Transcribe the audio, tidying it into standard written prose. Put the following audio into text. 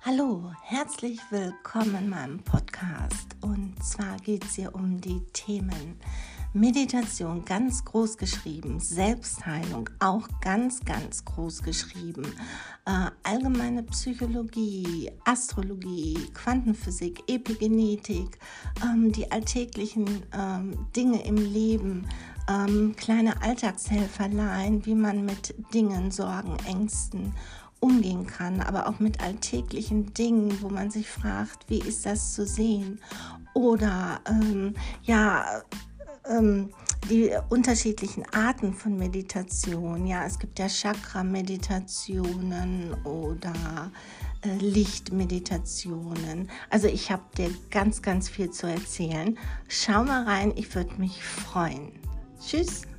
Hallo, herzlich willkommen in meinem Podcast. Und zwar geht es hier um die Themen Meditation, ganz groß geschrieben, Selbstheilung, auch ganz groß geschrieben, allgemeine Psychologie, Astrologie, Quantenphysik, Epigenetik, die alltäglichen Dinge im Leben, kleine Alltagshelferlein, wie man mit Dingen, Sorgen, Ängsten umgehen kann, aber auch mit alltäglichen Dingen, wo man sich fragt, wie ist das zu sehen? Oder die unterschiedlichen Arten von Meditation. Ja, es gibt ja Chakra-Meditationen oder Lichtmeditationen. Also ich habe dir ganz viel zu erzählen. Schau mal rein, ich würde mich freuen. Tschüss.